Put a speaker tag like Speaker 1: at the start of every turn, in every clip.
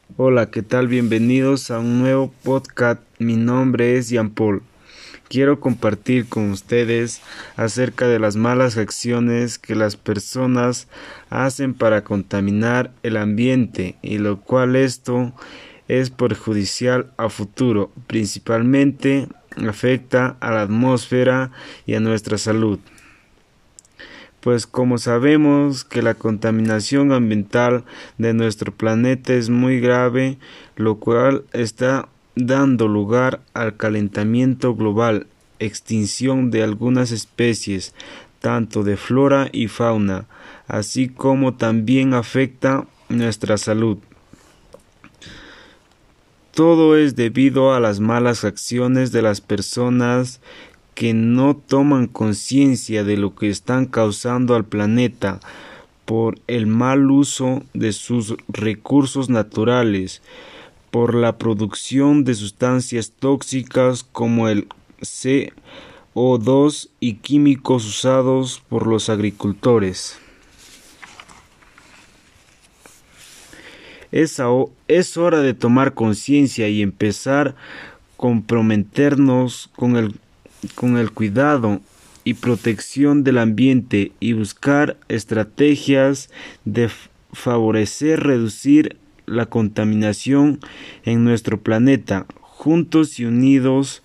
Speaker 1: Hola, ¿qué tal? Bienvenidos a un nuevo podcast. Mi nombre es Jean Paul. Quiero compartir con ustedes acerca de las malas acciones que las personas hacen para contaminar el ambiente y lo cual esto es perjudicial a futuro, principalmente afecta a la atmósfera y a nuestra salud. Pues como sabemos que la contaminación ambiental de nuestro planeta es muy grave, lo cual está dando lugar al calentamiento global, extinción de algunas especies, tanto de flora y fauna, así como también afecta nuestra salud. Todo es debido a las malas acciones de las personas que no toman conciencia de lo que están causando al planeta por el mal uso de sus recursos naturales, por la producción de sustancias tóxicas como el CO2 y químicos usados por los agricultores. Es hora de tomar conciencia y empezar a comprometernos con el cuidado y protección del ambiente y buscar estrategias de favorecer reducir la contaminación en nuestro planeta. Juntos y unidos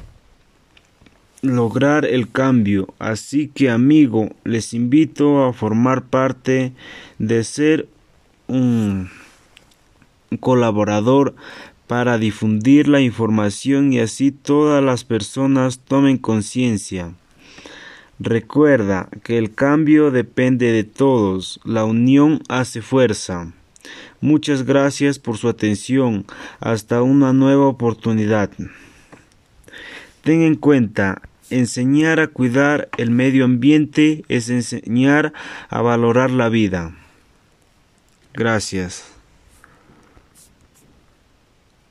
Speaker 1: lograr el cambio. Así que amigo, les invito a formar parte de ser un colaborador para difundir la información y así todas las personas tomen conciencia. Recuerda que el cambio depende de todos, la unión hace fuerza. Muchas gracias por su atención, hasta una nueva oportunidad. Ten en cuenta, enseñar a cuidar el medio ambiente es enseñar a valorar la vida. Gracias.